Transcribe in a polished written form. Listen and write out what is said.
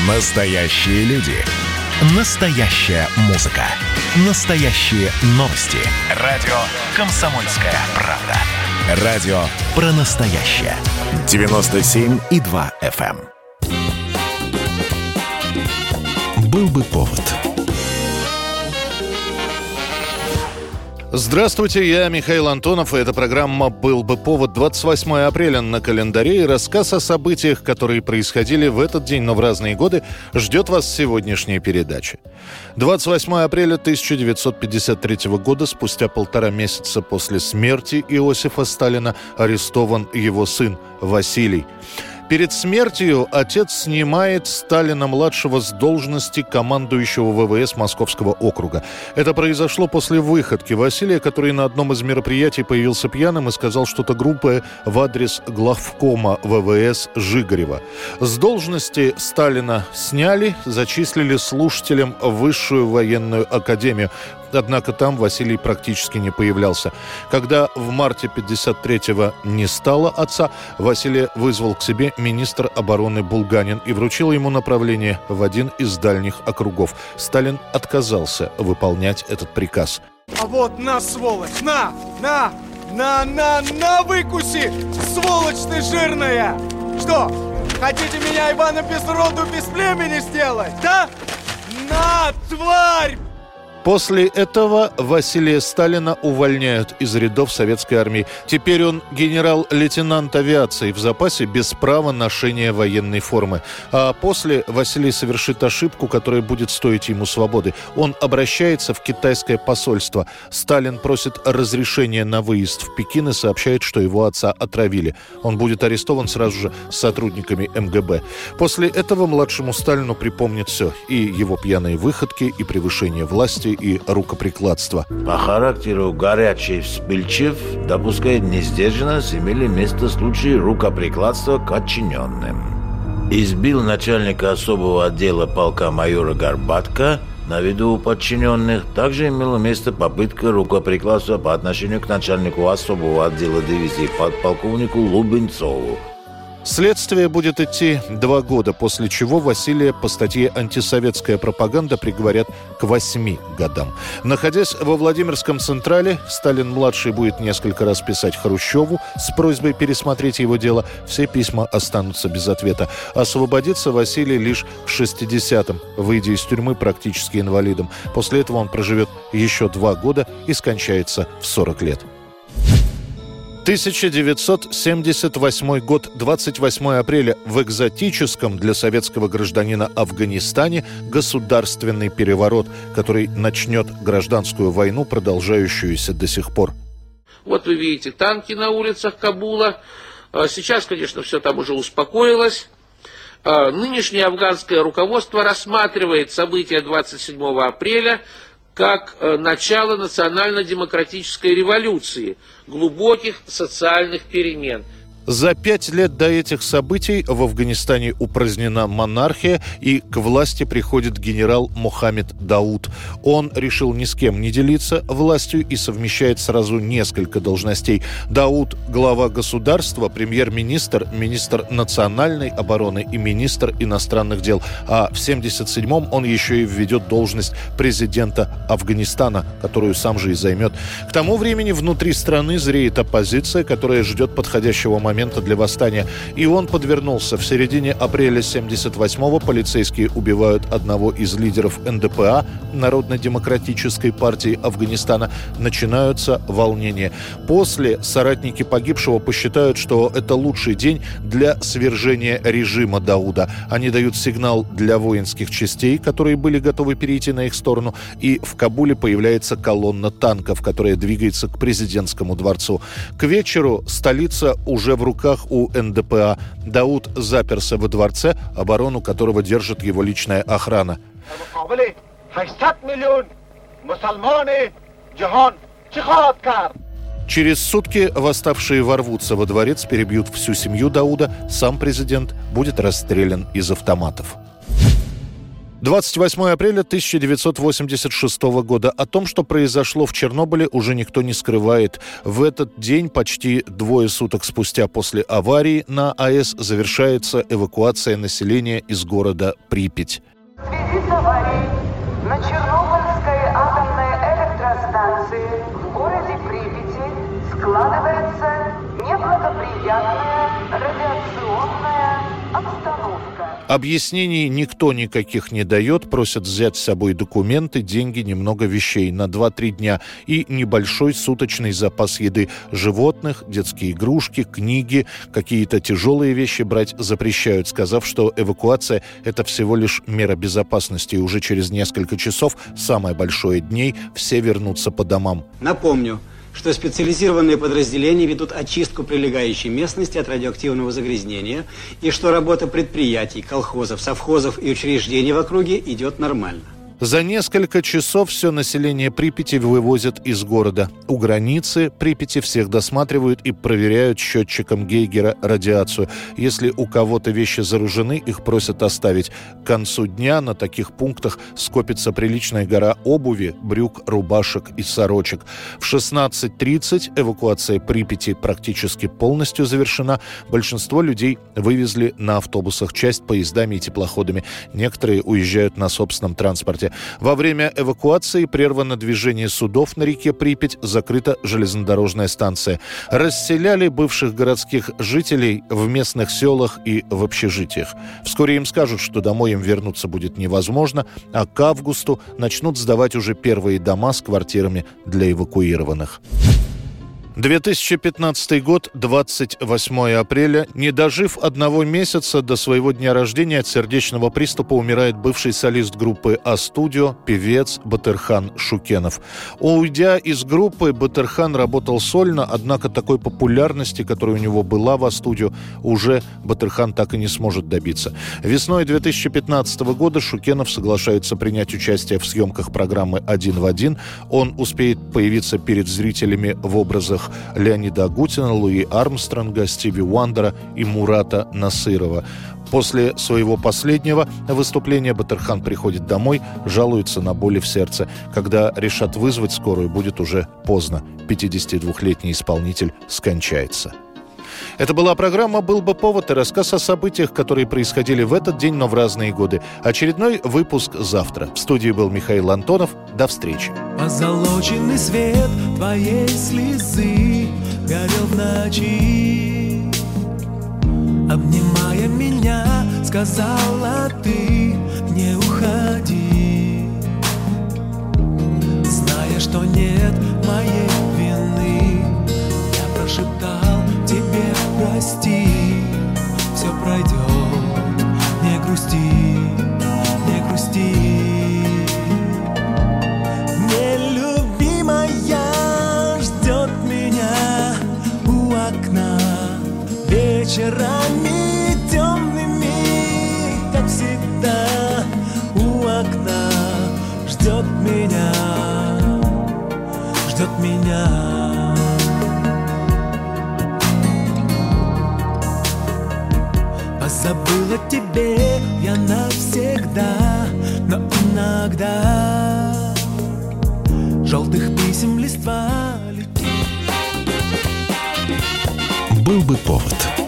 Настоящие люди. Настоящая музыка. Настоящие новости. Радио «Комсомольская правда». Радио про настоящее. 97,2 FM. Был бы повод. Здравствуйте, я Михаил Антонов, и эта программа «Был бы повод». 28 апреля на календаре, и рассказ о событиях, которые происходили в этот день, но в разные годы, ждет вас сегодняшняя передача. 28 апреля 1953 года, спустя 1,5 месяца после смерти Иосифа Сталина, арестован его сын Василий. Перед смертью отец снимает Сталина-младшего с должности командующего ВВС Московского округа. Это произошло после выходки Василия, который на одном из мероприятий появился пьяным и сказал что-то грубое в адрес главкома ВВС Жигарева. С должности Сталина сняли, зачислили слушателем в Высшую военную академию. Однако там Василий практически не появлялся. Когда в марте 1953-го не стало отца, Василия вызвал к себе министр обороны Булганин и вручил ему направление в один из дальних округов. Сталин отказался выполнять этот приказ. А вот на, сволочь, на, выкуси, сволочь ты жирная! Что, хотите меня, Ивана, без роду, без племени сделать, да? На, тварь! После этого Василия Сталина увольняют из рядов советской армии. Теперь он генерал-лейтенант авиации в запасе без права ношения военной формы. А после Василий совершит ошибку, которая будет стоить ему свободы. Он обращается в китайское посольство. Сталин просит разрешения на выезд в Пекин и сообщает, что его отца отравили. Он будет арестован сразу же с сотрудниками МГБ. После этого младшему Сталину припомнит все. И его пьяные выходки, и превышение власти, и рукоприкладство. По характеру горячий, вспыльчив, допускает несдержанность, имели место случаи рукоприкладства к подчиненным. Избил начальника особого отдела полка майора Горбатко на виду у подчиненных. Также имела место попытка рукоприкладства по отношению к начальнику особого отдела дивизии подполковнику Лубенцову. Следствие будет идти 2 года, после чего Василия по статье «Антисоветская пропаганда» приговорят к 8 годам. Находясь во Владимирском Централе, Сталин-младший будет несколько раз писать Хрущеву с просьбой пересмотреть его дело. Все письма останутся без ответа. Освободится Василий лишь к 60-м, выйдя из тюрьмы практически инвалидом. После этого он проживет еще 2 года и скончается в 40 лет. 1978 год, 28 апреля. В экзотическом для советского гражданина Афганистане государственный переворот, который начнет гражданскую войну, продолжающуюся до сих пор. Вот вы видите танки на улицах Кабула. Сейчас, конечно, все там уже успокоилось. Нынешнее афганское руководство рассматривает события 27 апреля как начало национально-демократической революции, глубоких социальных перемен. За 5 лет до этих событий в Афганистане упразднена монархия, и к власти приходит генерал Мохаммед Дауд. Он решил ни с кем не делиться властью и совмещает сразу несколько должностей. Дауд – глава государства, премьер-министр, министр национальной обороны и министр иностранных дел. А в 1977-м он еще и введет должность президента Афганистана, которую сам же и займет. К тому времени внутри страны зреет оппозиция, которая ждет подходящего момента для восстания. И он подвернулся. В середине апреля 1978-го полицейские убивают одного из лидеров НДПА, Народно-демократической партии Афганистана. Начинаются волнения. После соратники погибшего посчитают, что это лучший день для свержения режима Дауда. Они дают сигнал для воинских частей, которые были готовы перейти на их сторону. И в Кабуле появляется колонна танков, которая двигается к президентскому дворцу. К вечеру столица уже в руках у НДПА. Дауд заперся во дворце, оборону которого держит его личная охрана. Через сутки восставшие ворвутся во дворец, перебьют всю семью Дауда. Сам президент будет расстрелян из автоматов. 28 апреля 1986 года. О том, что произошло в Чернобыле, уже никто не скрывает. В этот день, почти 2 суток спустя после аварии на АЭС, завершается эвакуация населения из города Припять. В связи с аварией на Чернобыльской атомной электростанции в городе Припяти складывается неблагоприятная радиационная обстановка. Объяснений никто никаких не дает. Просят взять с собой документы, деньги, немного вещей на 2-3 дня и небольшой суточный запас еды. Животных, детские игрушки, книги, какие-то тяжелые вещи брать запрещают, сказав, что эвакуация – это всего лишь мера безопасности. И уже через несколько часов, самое большое дней, все вернутся по домам. Напомню, что специализированные подразделения ведут очистку прилегающей местности от радиоактивного загрязнения и что работа предприятий, колхозов, совхозов и учреждений в округе идет нормально. За несколько часов все население Припяти вывозят из города. У границы Припяти всех досматривают и проверяют счетчиком Гейгера радиацию. Если у кого-то вещи заражены, их просят оставить. К концу дня на таких пунктах скопится приличная гора обуви, брюк, рубашек и сорочек. В 16:30 эвакуация Припяти практически полностью завершена. Большинство людей вывезли на автобусах, часть поездами и теплоходами. Некоторые уезжают на собственном транспорте. Во время эвакуации прервано движение судов на реке Припять, закрыта железнодорожная станция. Расселяли бывших городских жителей в местных селах и в общежитиях. Вскоре им скажут, что домой им вернуться будет невозможно, а к августу начнут сдавать уже первые дома с квартирами для эвакуированных. 2015 год, 28 апреля. Не дожив 1 месяца до своего дня рождения, от сердечного приступа умирает бывший солист группы «А-студио», певец Батырхан Шукенов. Уйдя из группы, Батырхан работал сольно, однако такой популярности, которая у него была в «А-студио», уже Батырхан так и не сможет добиться. Весной 2015 года Шукенов соглашается принять участие в съемках программы «Один в один». Он успеет появиться перед зрителями в образах Леонида Агутина, Луи Армстронга, Стиви Уандера и Мурата Насырова. После своего последнего выступления Батырхан приходит домой, жалуется на боли в сердце. Когда решат вызвать скорую, будет уже поздно. 52-летний исполнитель скончается. Это была программа «Был бы повод» и рассказ о событиях, которые происходили в этот день, но в разные годы. Очередной выпуск завтра. В студии был Михаил Антонов. До встречи. Позолоченный свет твоей слезы горел в ночи. Обнимая меня, сказала ты: не уходи. Зная, что нет моей вины, я прошептал тебе: прости, все пройдет, не грусти, не грусти. Нелюбимая ждет меня у окна вечерами темными, как всегда, у окна ждет меня, ждет меня. Позабыла тебе я навсегда, но иногда желтых писем листва летит. Был бы повод.